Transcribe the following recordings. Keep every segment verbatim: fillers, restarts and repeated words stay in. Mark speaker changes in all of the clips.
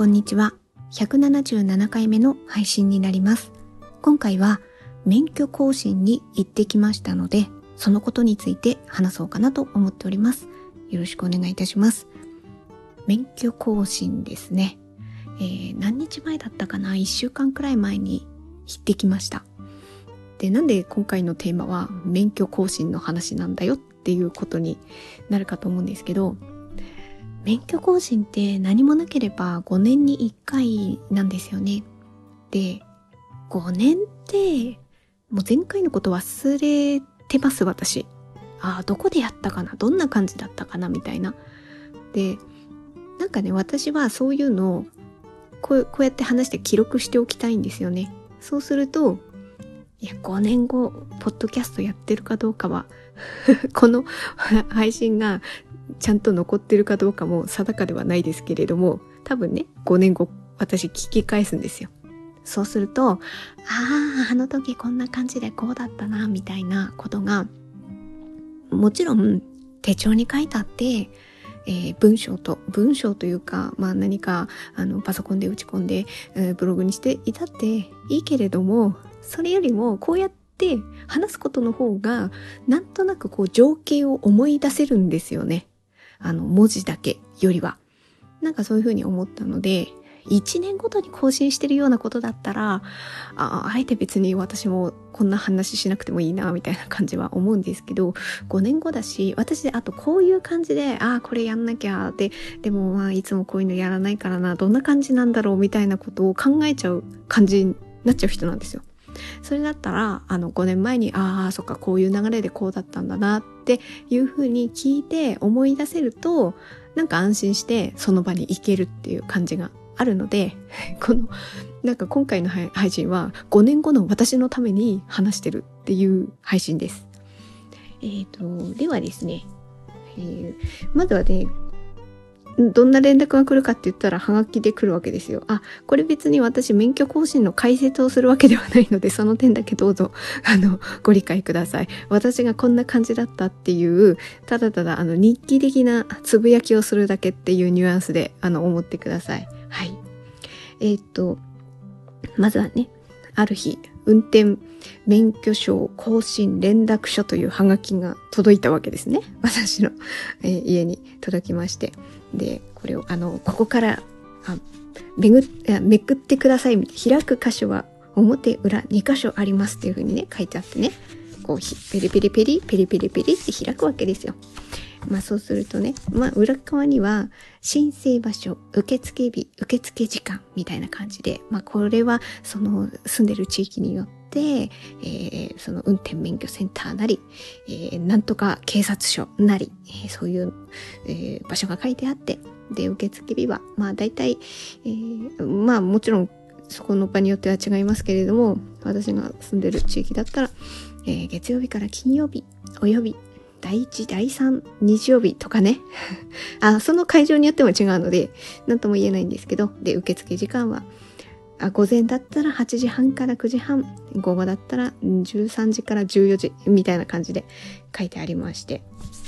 Speaker 1: こんにちは。ひゃくななじゅうななかいめの配信になります。今回は免許更新に行ってきましたので、そのことについて話そうかなと思っております。よろしくお願いいたします。免許更新ですね。えー、何日前だったかな、いっしゅうかんくらい前に行ってきました。で、なんで今回のテーマは免許更新の話なんだよっていうことになるかと思うんですけど、免許更新って何もなければごねんにいっかいなんですよね。で、ごねんってもう前回のこと忘れてます私。ああ、どこでやったかな、どんな感じだったかなみたいな。で、なんかね、私はそういうのをこう、こうやって話して記録しておきたいんですよね。そうすると、いやごねんごポッドキャストやってるかどうかはこの配信がちゃんと残ってるかどうかも定かではないですけれども、多分ねごねんご私聞き返すんですよ。そうすると、あああの時こんな感じでこうだったなみたいなことがもちろん手帳に書いてあって、えー、文章と文章というか、まあ何かあのパソコンで打ち込んで、えー、ブログにしていたっていいけれども、それよりもこうやって話すことの方がなんとなくこう情景を思い出せるんですよね。あの文字だけよりは。なんかそういうふうに思ったので、いちねんごとに更新してるようなことだったら、あ、あえて別に私もこんな話しなくてもいいなみたいな感じは思うんですけど、ごねんごだし、私であとこういう感じで、ああこれやんなきゃで、でもまあいつもこういうのやらないからな、どんな感じなんだろうみたいなことを考えちゃう感じになっちゃう人なんですよ。それだったらあのごねんまえに、ああそっかこういう流れでこうだったんだなっていうふうに聞いて思い出せると、なんか安心してその場に行けるっていう感じがあるので、このなんか今回の配信はごねんごの私のために話してるっていう配信です。えーとではですね、えー、まずはね、どんな連絡が来るかって言ったらハガキで来るわけですよ。あ、これ別に私免許更新の解説をするわけではないので、その点だけどうぞあのご理解ください。私がこんな感じだったっていう、ただただあの日記的なつぶやきをするだけっていうニュアンスであの思ってください。はい。えー、っとまずはね、ある日運転免許証更新連絡書というハガキが届いたわけですね。私の、えー、家に届きまして、でこれをあのここからあめぐめくってくださいみたいな、開く箇所は表裏に箇所ありますっていう風にね書いてあってね、こうペリペリペリペリペリペリって開くわけですよ。まあそうするとね、まあ裏側には申請場所、受付日、受付時間みたいな感じで、まあこれはその住んでる地域によって、えー、その運転免許センターなり、えー、なんとか警察署なり、えー、そういう、えー、場所が書いてあって、で受付日はまあ大体、えー、まあもちろんそこの場によっては違いますけれども、私が住んでる地域だったら、えー、月曜日から金曜日およびだいいち、だいさん日曜日とかねあ、その会場によっても違うので何とも言えないんですけど、で受付時間はあ午前だったらはちじはんからくじはん、午後だったらじゅうさんじからじゅうよじみたいな感じで書いてありまして、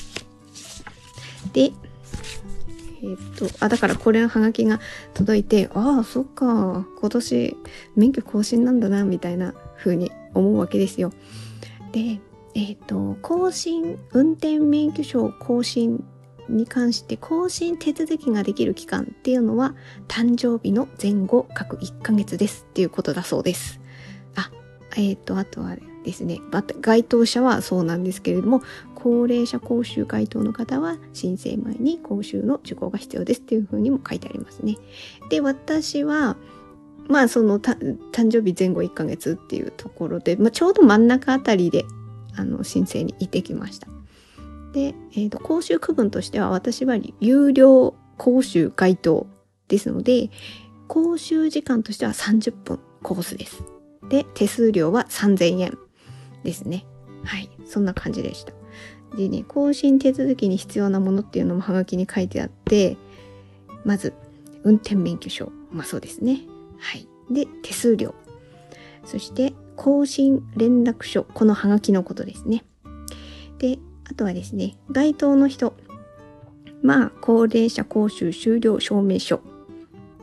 Speaker 1: でえー、っとあだからこれのハガキが届いて、ああそっか今年免許更新なんだなみたいな風に思うわけですよ。でえー、と更新運転免許証更新に関して更新手続きができる期間っていうのは誕生日の前後各いっかげつですっていうことだそうです。あ、えっ、ー、とあとはですね、該当者はそうなんですけれども、高齢者講習該当の方は申請前に講習の受講が必要ですっていうふうにも書いてありますね。で、私はまあその誕生日前後いっかげつっていうところで、まあ、ちょうど真ん中あたりであの申請に行ってきました。で、えーと、講習区分としては私は有料講習該当ですので、講習時間としてはさんじゅっぷんコースです。で、手数料はさんぜんえんですね。はい、そんな感じでした。でね、更新手続きに必要なものっていうのもハガキに書いてあって、まず運転免許証、まあそうですね。はい。で、手数料。そして更新連絡書、このハガキのことですね。で、あとはですね、該当の人、まあ高齢者講習終了証明書、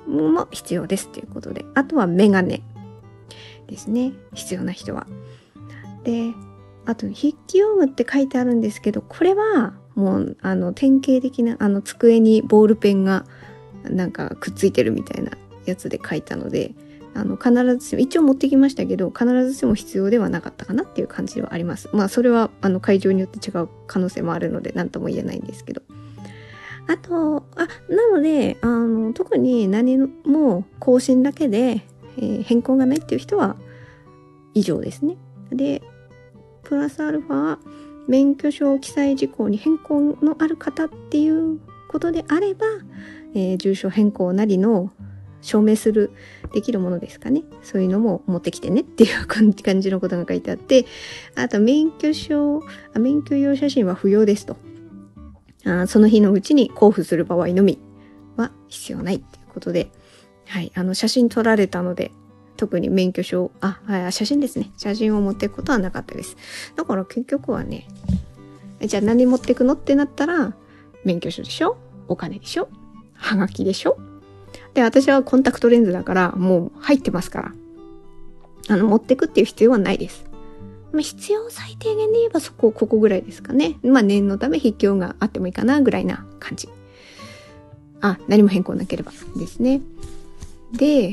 Speaker 1: も必要ですということで、あとはメガネですね、必要な人は。で、あと筆記用具って書いてあるんですけど、これはもうあの典型的なあの机にボールペンがなんかくっついてるみたいなやつで書いたので、あの必ずしも一応持ってきましたけど、必ずしも必要ではなかったかなっていう感じではあります。まあそれはあの会場によって違う可能性もあるので何とも言えないんですけど、あとあなのであの特に何も更新だけで、えー、変更がないっていう人は以上ですね。でプラスアルファ免許証記載事項に変更のある方っていうことであれば、えー、住所変更なりの証明するできるものですかね、そういうのも持ってきてねっていう感じのことが書いてあって、あと免許証あ免許用写真は不要ですと、あその日のうちに交付する場合のみは必要ないっていうことで、はい、あの写真撮られたので特に免許証ああ写真ですね、写真を持っていくことはなかったです。だから結局はね、じゃあ何持っていくのってなったら、免許証でしょ、お金でしょ、はがきでしょ。で、私はコンタクトレンズだからもう入ってますから、あの持ってくっていう必要はないです。まあ、必要最低限で言えばそこここぐらいですかね。まあ念のため筆記用があってもいいかなぐらいな感じ。あ、何も変更なければですね。で、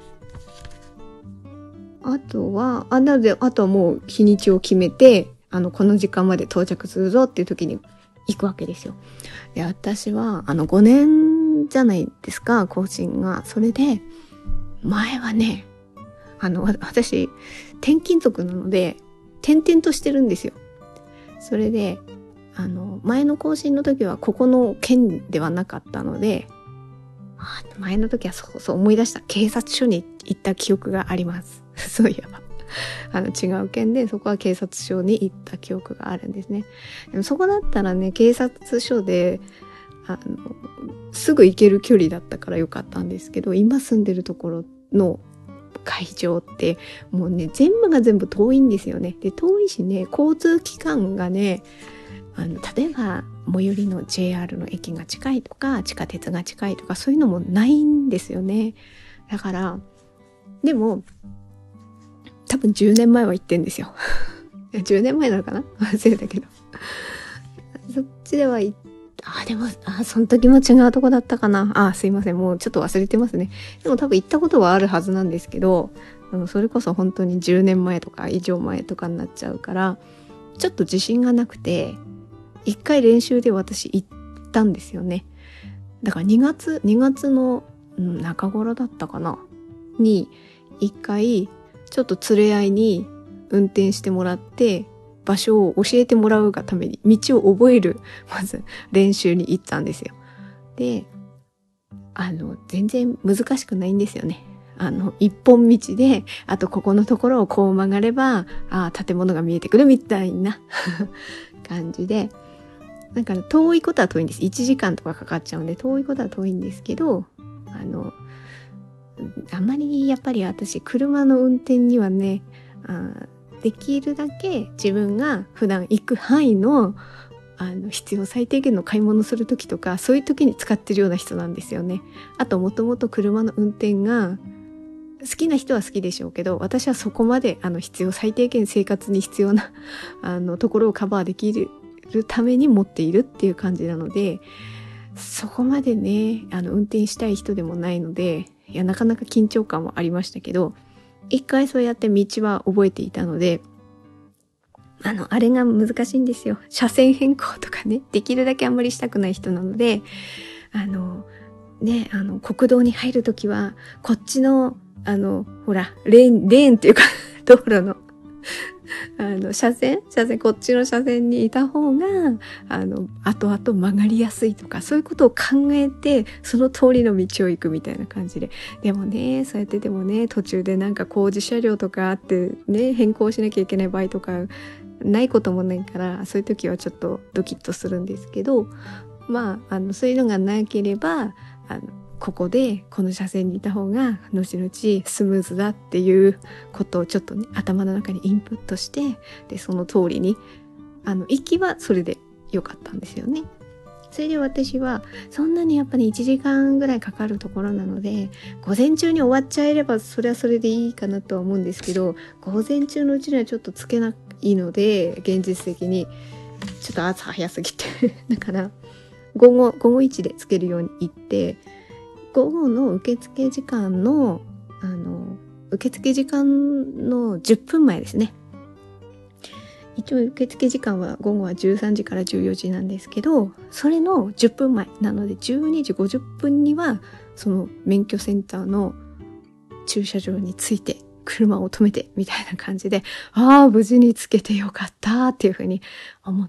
Speaker 1: あとはあなのであとはもう日にちを決めて、あのこの時間まで到着するぞっていう時に行くわけですよ。で、私はあのごねんじゃないですか、更新が。それで前はね、あの私転勤族なので転々としてるんですよ。それであの前の更新の時はここの県ではなかったので、あ前の時はそうそう思い出した、警察署に行った記憶がありますそういえばあの違う県でそこは警察署に行った記憶があるんですね。でもそこだったらね、警察署であのすぐ行ける距離だったからよかったんですけど、今住んでるところの会場ってもうね全部が全部遠いんですよね。で遠いしね、交通機関がね、あの例えば最寄りの ジェイアール の駅が近いとか地下鉄が近いとかそういうのもないんですよね。だからでも多分じゅうねんまえは行ってんですよじゅうねんまえなのかな忘れたけどそっちでは行ってあ、でも、あ、その時も違うとこだったかな。あ、すいません。もうちょっと忘れてますね。でも多分行ったことはあるはずなんですけど、あのそれこそ本当にじゅうねんまえとか以上前とかになっちゃうから、ちょっと自信がなくて、一回練習で私行ったんですよね。だからにがつ、にがつの中頃だったかな。に、一回、ちょっと連れ合いに運転してもらって、場所を教えてもらうがために道を覚えるまず練習に行ったんですよ。で、あの全然難しくないんですよね。あの一本道で、あとここのところをこう曲がれば、あ建物が見えてくるみたいな感じで、だから遠いことは遠いんです。いちじかんとかかかっちゃうんで遠いことは遠いんですけど、あのあんまりやっぱり私車の運転にはね、あできるだけ自分が普段行く範囲の、あの必要最低限の買い物する時とかそういう時に使ってるような人なんですよね。あともともと車の運転が好きな人は好きでしょうけど、私はそこまであの必要最低限生活に必要なあのところをカバーできるために持っているっていう感じなので、そこまでねあの運転したい人でもないので、いやなかなか緊張感はありましたけど、一回そうやって道は覚えていたので、あの、あれが難しいんですよ。車線変更とかね、できるだけあんまりしたくない人なので、あの、ね、あの、国道に入るときは、こっちの、あの、ほら、レーン、レーンっていうか、道路の、あの、車線車線、こっちの車線にいた方が、あの、後々曲がりやすいとか、そういうことを考えて、その通りの道を行くみたいな感じで。でもね、そうやってでもね、途中でなんか工事車両とかあってね、変更しなきゃいけない場合とか、ないこともないから、そういう時はちょっとドキッとするんですけど、まあ、あの、そういうのがなければ、あの、ここでこの車線にいた方が後々スムーズだっていうことをちょっとね頭の中にインプットして、でその通りにあの行きはそれで良かったんですよね。 それで私はそんなにやっぱりいちじかんぐらいかかるところなので、午前中に終わっちゃえればそれはそれでいいかなとは思うんですけど、午前中のうちにはちょっとつけないので、現実的にちょっと朝早すぎてだから午後午後いちでつけるように言って、午後の受付時間のあの受付時間のじゅっぷんまえですね。一応受付時間は午後はじゅうさんじからじゅうよじなんですけど、それのじゅっぷんまえなのでじゅうにじごじゅっぷんにはその免許センターの駐車場に着いて車を止めてみたいな感じで、ああ無事につけてよかったっていうふうに思って、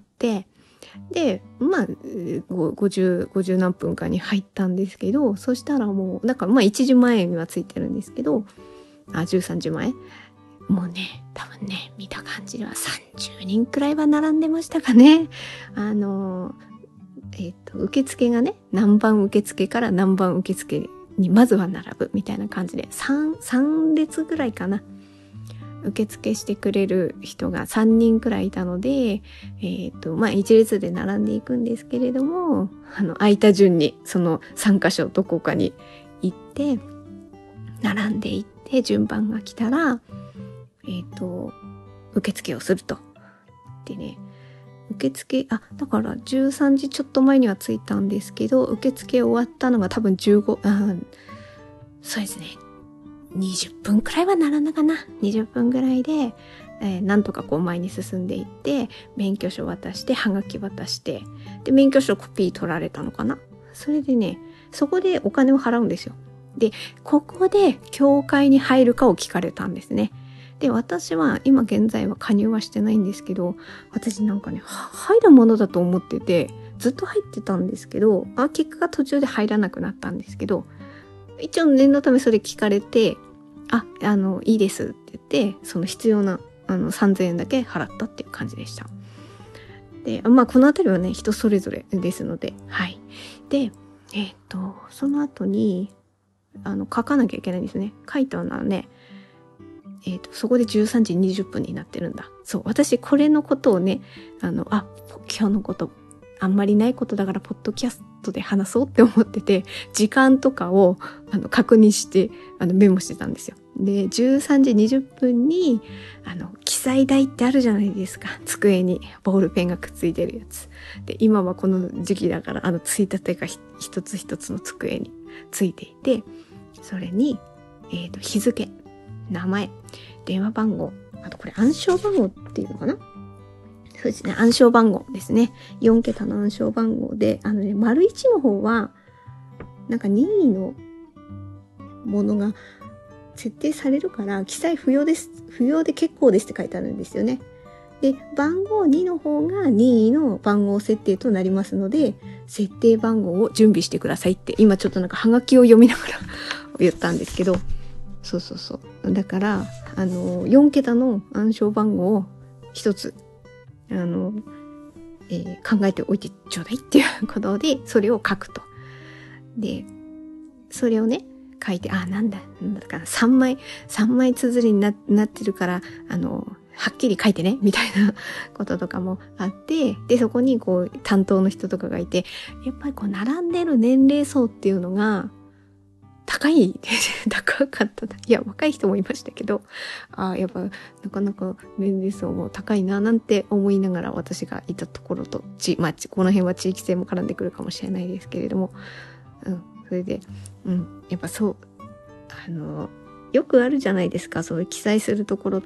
Speaker 1: でまあごじゅう、ごじゅう何分かに入ったんですけど、そしたらもうだからまあいちじまえには着いてるんですけど、あじゅうさんじまえもうね、多分ね、見た感じではさんじゅうにんくらいは並んでましたかね。あの、えっと、受付がね、何番受付から何番受付にまずは並ぶみたいな感じで、3、さん列ぐらいかな。受付してくれる人がさんにんくらいいたので、えっと、まあ、いち列で並んでいくんですけれども、あの、空いた順に、そのさん箇所どこかに行って、並んでいって、順番が来たら、えっと、受付をすると。でね、受付、あ、だからじゅうさんじちょっと前には着いたんですけど、受付終わったのが多分じゅうご、あ、そうですね。にじゅっぷんくらいは並んだかな。にじゅっぷんぐらいで、えー、なんとかこう前に進んでいって、免許証渡して、はがき渡して、で、免許証コピー取られたのかな。それでね、そこでお金を払うんですよ。で、ここで教会に入るかを聞かれたんですね。で、私は今現在は加入はしてないんですけど、私なんかね、入るものだと思ってて、ずっと入ってたんですけど、あ、結果が途中で入らなくなったんですけど、一応念のためそれ聞かれて、あ、あの、いいですって言って、その必要なあのさんぜんえんだけ払ったっていう感じでした。で、まあこのあたりはね、人それぞれですので、はい。で、えっと、その後に、あの、書かなきゃいけないんですね。書いたのはね、えっと、そこでじゅうさんじにじゅっぷんになってるんだ。そう、私これのことをね、あの、あ、今日のこと、あんまりないことだからポッドキャストで話そうって思ってて、時間とかをあの確認してあのメモしてたんですよ。で、じゅうさんじにじゅっぷんにあの記載台ってあるじゃないですか。机にボールペンがくっついてるやつ。で、今はこの時期だからあのついたてが一つ一つの机についていて、それにえっと日付、名前、電話番号、あとこれ暗証番号っていうのかな。そうですね。暗証番号ですね。よん桁の暗証番号で、あのね、丸いちの方は、なんか任意のものが設定されるから、記載不要です。不要で結構ですって書いてあるんですよね。で、番号にの方が任意の番号設定となりますので、設定番号を準備してくださいって、今ちょっとなんかハガキを読みながら言ったんですけど、そうそうそう。だから、あの、よん桁の暗証番号を一つ、あの、えー、考えておいてちょうだいっていうことで、それを書くと。で、それをね、書いて、あ、なんだ、なんだかな、さんまい、さんまい綴りに な, なってるから、あの、はっきり書いてね、みたいなこととかもあって、で、そこにこう、担当の人とかがいて、やっぱりこう、並んでる年齢層っていうのが、高い高かった。いや、若い人もいましたけど、ああ、やっぱ、なかなか年齢層も高いな、なんて思いながら私がいたところと、ち、まあ、この辺は地域性も絡んでくるかもしれないですけれども、うん、それで、うん、やっぱそう、あの、よくあるじゃないですか、そういう記載するところって、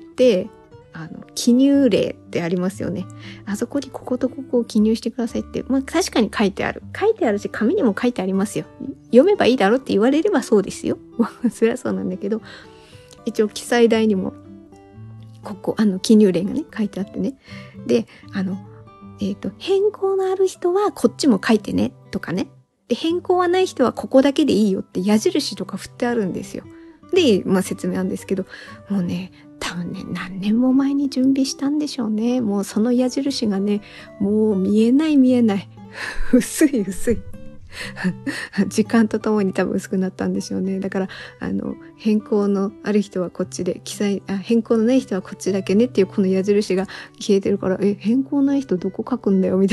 Speaker 1: あの、記入例ってありますよね。あそこにこことここを記入してくださいって、まあ確かに書いてある。書いてあるし、紙にも書いてありますよ。読めばいいだろって言われればそうですよ。それはそうなんだけど、一応記載台にも、ここ、あの、記入例がね、書いてあってね。で、あの、えっと、変更のある人はこっちも書いてね、とかね。で、変更はない人はここだけでいいよって矢印とか振ってあるんですよ。で、まあ説明なんですけど、もうね、多分ね、何年も前に準備したんでしょうね。もうその矢印がね、もう見えない見えない。薄い薄い。時間とともに多分薄くなったんでしょうね。だから、あの、変更のある人はこっちで、記載、あ、変更のない人はこっちだけねっていうこの矢印が消えてるから、え、変更ない人どこ書くんだよみたいなこ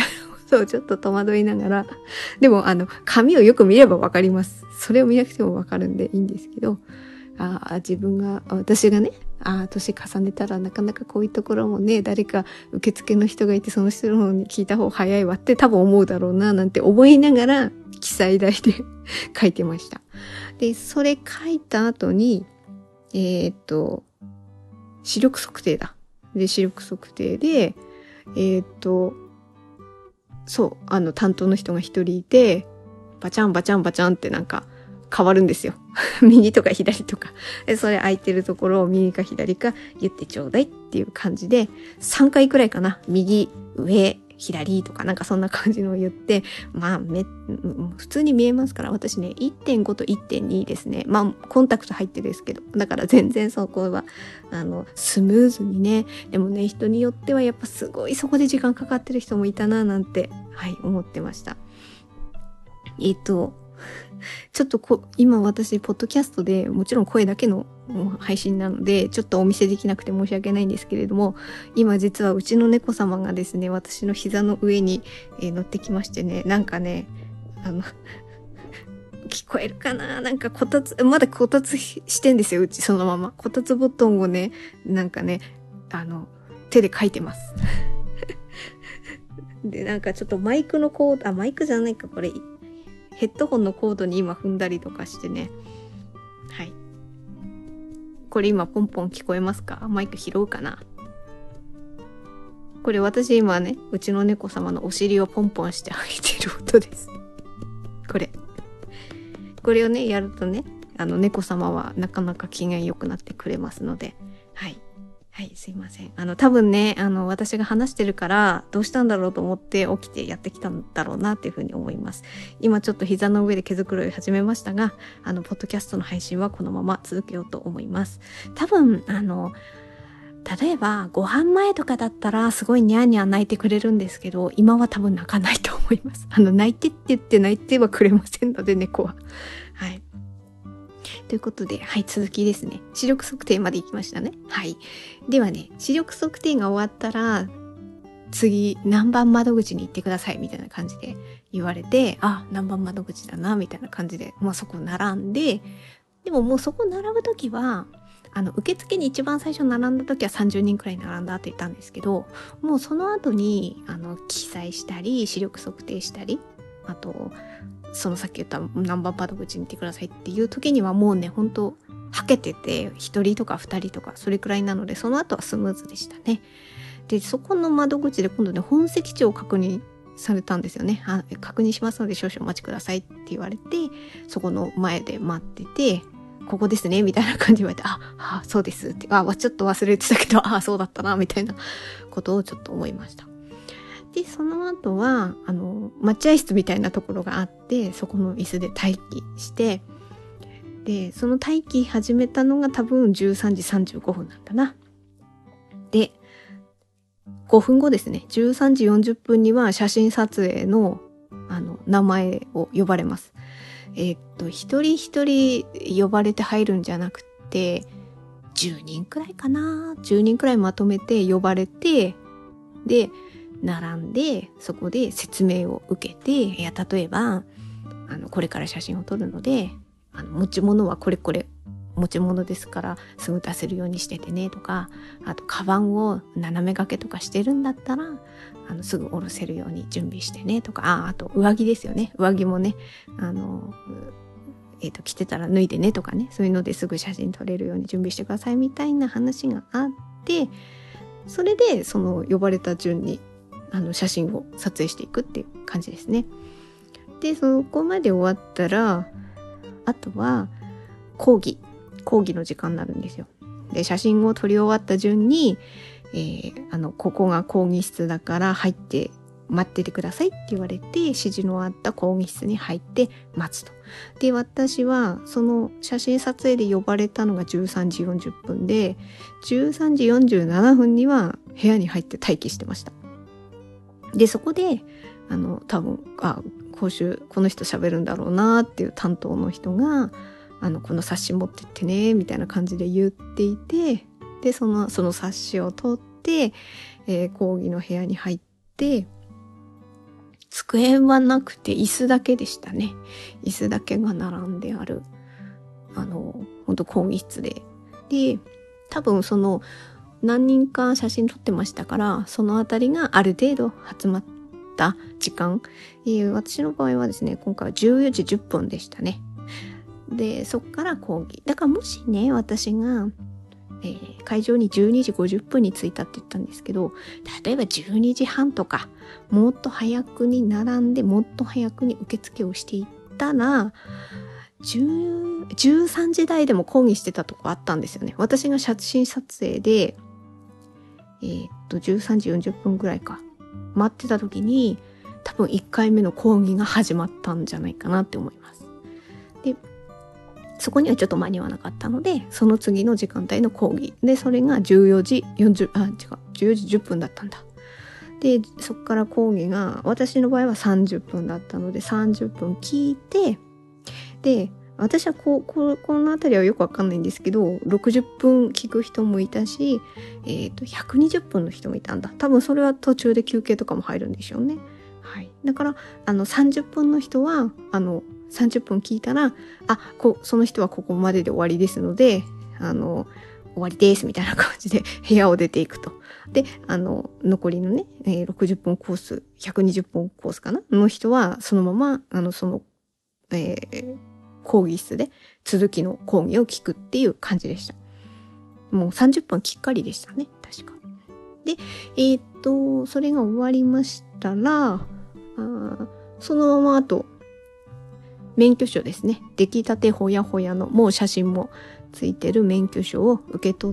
Speaker 1: そう、ちょっと戸惑いながら。でも、あの、紙をよく見ればわかります。それを見なくてもわかるんでいいんですけど、ああ、自分が、私がね、ああ、年重ねたらなかなかこういうところもね、誰か受付の人がいてその人の方に聞いた方が早いわって多分思うだろうな、なんて思いながら、記載台で書いてました。で、それ書いた後に、えー、っと、視力測定だ。で、視力測定で、えー、っと、そう、あの、担当の人が一人いて、バチャンバチャンバチャンってなんか変わるんですよ。右とか左とか。で、それ空いてるところを右か左か言ってちょうだいっていう感じで、さんかいくらいかな。右、上、左とかなんかそんな感じのを言って、まあめ、普通に見えますから、私ね、いってんご と いってんに ですね。まあ、コンタクト入ってですけど、だから全然そこは、あの、スムーズにね、でもね、人によってはやっぱすごいそこで時間かかってる人もいたな、なんて、はい、思ってました。えっと、ちょっとこ今私ポッドキャストでもちろん声だけの配信なのでちょっとお見せできなくて申し訳ないんですけれども、今実はうちの猫様がですね、私の膝の上に、えー、乗ってきましてね、なんかね、あの聞こえるかな、なんかこたつまだこたつしてんですよ、うちそのままこたつボタンをね、なんかね、あの手で書いてますで、なんかちょっとマイクのコード、あマイクじゃないか、これヘッドホンのコードに今踏んだりとかしてね。はい。これ今ポンポン聞こえますか？マイク拾うかな？これ私今ね、うちの猫様のお尻をポンポンしてあげてる音です。これ。これをね、やるとね、あの猫様はなかなか機嫌良くなってくれますので。はい。はい、すいません。あの、多分ね、あの、私が話してるから、どうしたんだろうと思って起きてやってきたんだろうなっていうふうに思います。今ちょっと膝の上で毛づくろい始めましたが、あの、ポッドキャストの配信はこのまま続けようと思います。多分、あの、例えば、ご飯前とかだったら、すごいニャーニャー泣いてくれるんですけど、今は多分泣かないと思います。あの、泣いてって言って泣いてはくれませんので、猫は。はい。ということで、はい、続きですね。視力測定まで行きましたね。はい。ではね、視力測定が終わったら、次、何番窓口に行ってください、みたいな感じで言われて、あ、何番窓口だな、みたいな感じで、まあそこ並んで、でももうそこ並ぶときは、あの、受付に一番最初並んだときはさんじゅうにんくらい並んだって言ったんですけど、もうその後に、あの、記載したり、視力測定したり、あと、そのさっき言った何番窓口に行ってくださいっていう時にはもうね、ほんとはけててひとりとかふたりとかそれくらいなので、その後はスムーズでしたね。で、そこの窓口で今度ね、本籍地を確認されたんですよね。あ、確認しますので少々お待ちくださいって言われて、そこの前で待ってて、ここですねみたいな感じで言われて、あ、あ、そうですって、あ、ちょっと忘れてたけど、あ、そうだったなみたいなことをちょっと思いました。で、その後は、あの、待合室みたいなところがあって、そこの椅子で待機して、で、その待機始めたのが多分じゅうさんじさんじゅうごふんなんだな。で、ごふんごですね。じゅうさんじよんじゅっぷんには写真撮影の、あの、名前を呼ばれます。えー、っと、一人一人呼ばれて入るんじゃなくて、じゅうにんくらいかな。じゅうにんくらいまとめて呼ばれて、で、並んでそこで説明を受けて、いや例えばあのこれから写真を撮るので、あの持ち物はこれこれ持ち物ですからすぐ出せるようにしててねとか、あとカバンを斜め掛けとかしてるんだったらあのすぐ下ろせるように準備してねとか、あ、あと上着ですよね、上着もね、あのえーと着てたら脱いでねとかね、そういうのですぐ写真撮れるように準備してくださいみたいな話があって、それでその呼ばれた順にあの写真を撮影していくっていう感じですね。で、そこまで終わったら、あとは講義講義の時間になるんですよ。で、写真を撮り終わった順に、えー、あのここが講義室だから入って待っててくださいって言われて、指示のあった講義室に入って待つと。で、私はその写真撮影で呼ばれたのがじゅうさんじよんじゅっぷんで、じゅうさんじよんじゅうななふんには部屋に入って待機してました。で、そこで、あの、多分、あ、講習、この人喋るんだろうなっていう担当の人が、あの、この冊子持ってってね、みたいな感じで言っていて、で、その、その冊子を取って、えー、講義の部屋に入って、 机はなくて椅子だけでしたね。椅子だけが並んである、あの、ほんと講義室で。で、多分その、何人か写真撮ってましたから、そのあたりがある程度集まった時間。えー、私の場合はですね、今回はじゅうよじじゅっぷんでしたね。で、そっから講義。だからもしね、私が、えー、会場にじゅうにじごじゅっぷんに着いたって言ったんですけど、例えばじゅうにじはんとか、もっと早くに並んで、もっと早くに受付をしていったら、じゅう、じゅうさんじ台でも講義してたとこあったんですよね。私が写真撮影で、えー、っと、じゅうさんじよんじゅっぷんぐらいか。待ってた時に、多分いっかいめの講義が始まったんじゃないかなって思います。で、そこにはちょっと間に合わなかったので、その次の時間帯の講義。で、それがじゅうよじよんじゅう、あ、違う、じゅうよじじゅっぷんだったんだ。で、そこから講義が、私の場合はさんじゅっぷんだったので、さんじゅっぷん聞いて、で、私はこう、こう、このあたりはよくわかんないんですけど、ろくじゅっぷん聞く人もいたし、えっと、ひゃくにじゅっぷんの人もいたんだ。多分それは途中で休憩とかも入るんでしょうね。はい。だから、あの、さんじゅっぷんの人は、あの、さんじゅっぷん聞いたら、あ、こその人はここまでで終わりですので、あの、終わりですみたいな感じで部屋を出ていくと。で、あの、残りのね、えー、ろくじゅっぷんコース、ひゃくにじゅっぷんコースかなの人は、そのまま、あの、その、えー、講義室で続きの講義を聞くっていう感じでした。もうさんじゅっぷんきっかりでしたね、確か。で、えー、っと、それが終わりましたら、あそのままあと、免許証ですね。出来たてほやほやの、もう写真もついてる免許証を受け取って、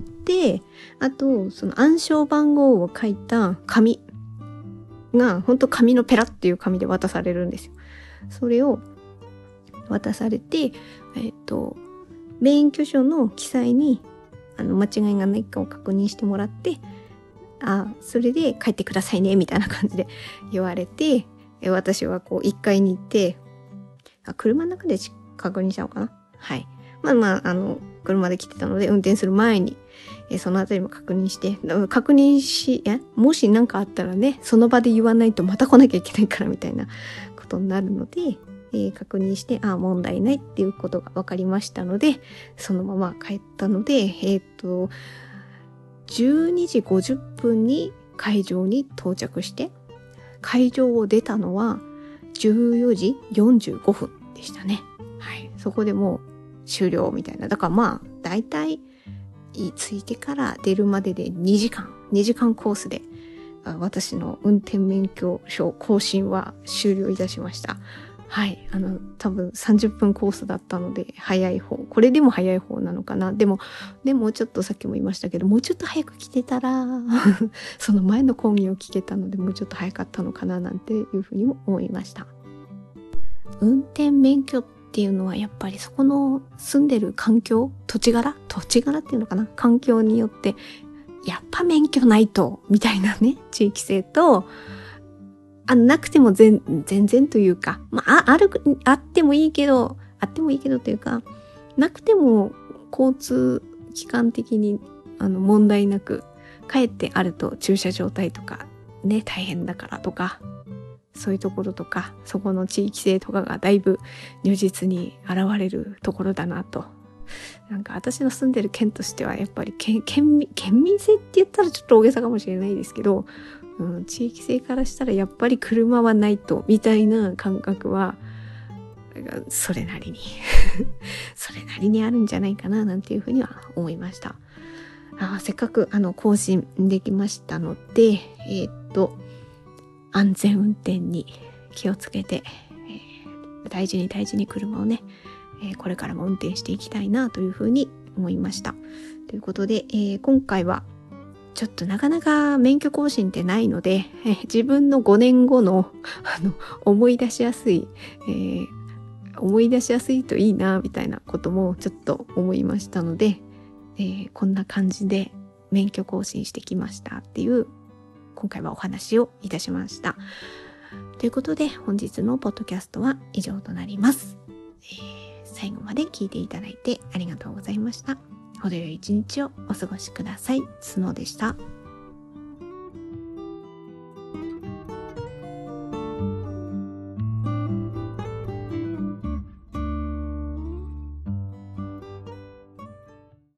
Speaker 1: あと、その暗証番号を書いた紙が、ほんと紙のペラっていう紙で渡されるんですよ。それを渡されて、えっと、免許証の記載にあの間違いがないかを確認してもらって、あ、それで帰ってくださいね、みたいな感じで言われて、私はこういっかいに行って、あ、車の中で確認したのかな？はい。まあまあ、あの、車で来てたので、運転する前に、えそのあたりも確認して、確認し、えもし何かあったらね、その場で言わないとまた来なきゃいけないからみたいなことになるので、えー、確認して、あ、問題ないっていうことが分かりましたので、そのまま帰ったので、えっと、じゅうにじごじゅっぷんに会場に到着して、会場を出たのはじゅうよじよんじゅうごふんでしたね。はい。そこでもう終了みたいな。だからまあ、だいたい着いてから出るまででにじかん、にじかんコースで、私の運転免許証更新は終了いたしました。はい。あの、多分さんじゅっぷんコースだったので、早い方。これでも早い方なのかな。でも、でもちょっとさっきも言いましたけど、もうちょっと早く来てたら、その前の講義を聞けたので、もうちょっと早かったのかな、なんていうふうにも思いました。運転免許っていうのは、やっぱりそこの住んでる環境、土地柄土地柄っていうのかな環境によって、やっぱ免許ないと、みたいなね、地域性と、あ、なくても全、全然というか、まあ、ある、あってもいいけど、あってもいいけどというか、なくても交通機関的にあの問題なく、かえってあると駐車状態とかね、大変だからとか、そういうところとか、そこの地域性とかがだいぶ如実に現れるところだなと。なんか私の住んでる県としてはやっぱり県、県民、県民性って言ったらちょっと大げさかもしれないですけど、うん、地域性からしたらやっぱり車はないとみたいな感覚はそれなりにそれなりにあるんじゃないかななんていうふうには思いました。あ、せっかくあの更新できましたので、えー、っと安全運転に気をつけて、えー、大事に大事に車をね、えー、これからも運転していきたいなというふうに思いました。ということで、えー、今回はちょっとなかなか免許更新ってないので、えー、自分のごねんごの、あの思い出しやすい、えー、思い出しやすいといいなみたいなこともちょっと思いましたので、えー、こんな感じで免許更新してきましたっていう今回はお話をいたしました。ということで本日のポッドキャストは以上となります。えー、最後まで聞いていただいてありがとうございました。程よい一日をお過ごしください。スノーでした。